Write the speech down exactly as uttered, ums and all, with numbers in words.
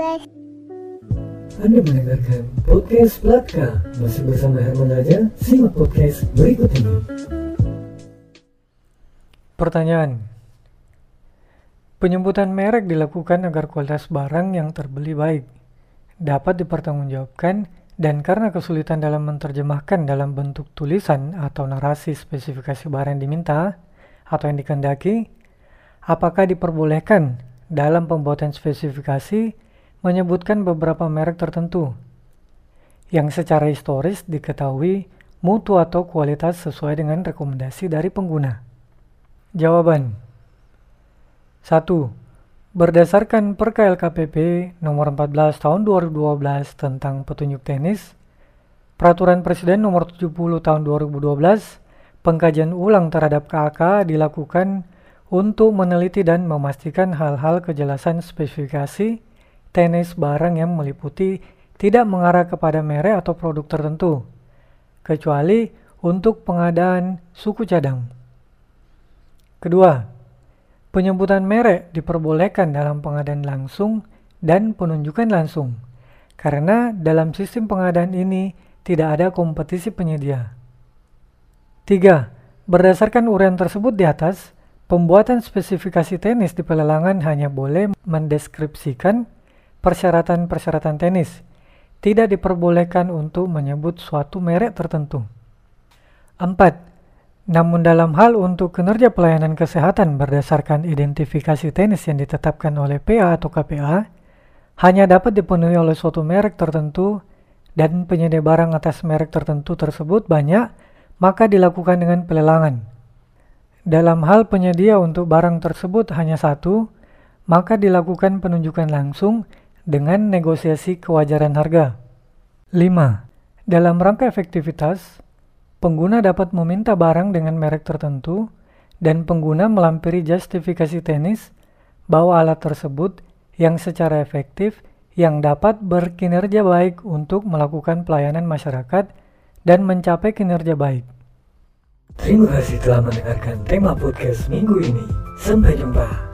Wes. Anda mendengarkan podcast Platka. Masih bersama Herman Raja. Simak podcast berikut ini. Pertanyaan. Penyebutan merek dilakukan agar kualitas barang yang terbeli baik, dapat dipertanggungjawabkan, dan karena kesulitan dalam menerjemahkan dalam bentuk tulisan atau narasi spesifikasi barang yang diminta atau yang dikehendaki, apakah diperbolehkan dalam pembuatan spesifikasi menyebutkan beberapa merek tertentu yang secara historis diketahui mutu atau kualitas sesuai dengan rekomendasi dari pengguna? Jawaban. satu. Berdasarkan Perka L K P P nomor empat belas tahun dua ribu dua belas tentang petunjuk teknis, Peraturan Presiden nomor tujuh puluh tahun dua ribu dua belas, pengkajian ulang terhadap K A K dilakukan untuk meneliti dan memastikan hal-hal kejelasan spesifikasi teknis barang yang meliputi tidak mengarah kepada merek atau produk tertentu, kecuali untuk pengadaan suku cadang. Kedua, penyebutan merek diperbolehkan dalam pengadaan langsung dan penunjukan langsung, karena dalam sistem pengadaan ini tidak ada kompetisi penyedia. Tiga, berdasarkan uraian tersebut di atas, pembuatan spesifikasi teknis di pelelangan hanya boleh mendeskripsikan persyaratan-persyaratan teknis, tidak diperbolehkan untuk menyebut suatu merek tertentu. Empat, namun dalam hal untuk kinerja pelayanan kesehatan berdasarkan identifikasi teknis yang ditetapkan oleh P A atau K P A, hanya dapat dipenuhi oleh suatu merek tertentu dan penyedia barang atas merek tertentu tersebut banyak, maka dilakukan dengan pelelangan. Dalam hal penyedia untuk barang tersebut hanya satu, maka dilakukan penunjukan langsung dengan negosiasi kewajaran harga. lima. Dalam rangka efektivitas, pengguna dapat meminta barang dengan merek tertentu dan pengguna melampiri justifikasi teknis bahwa alat tersebut yang secara efektif yang dapat berkinerja baik untuk melakukan pelayanan masyarakat dan mencapai kinerja baik. Terima kasih telah mendengarkan tema podcast minggu ini. Sampai jumpa.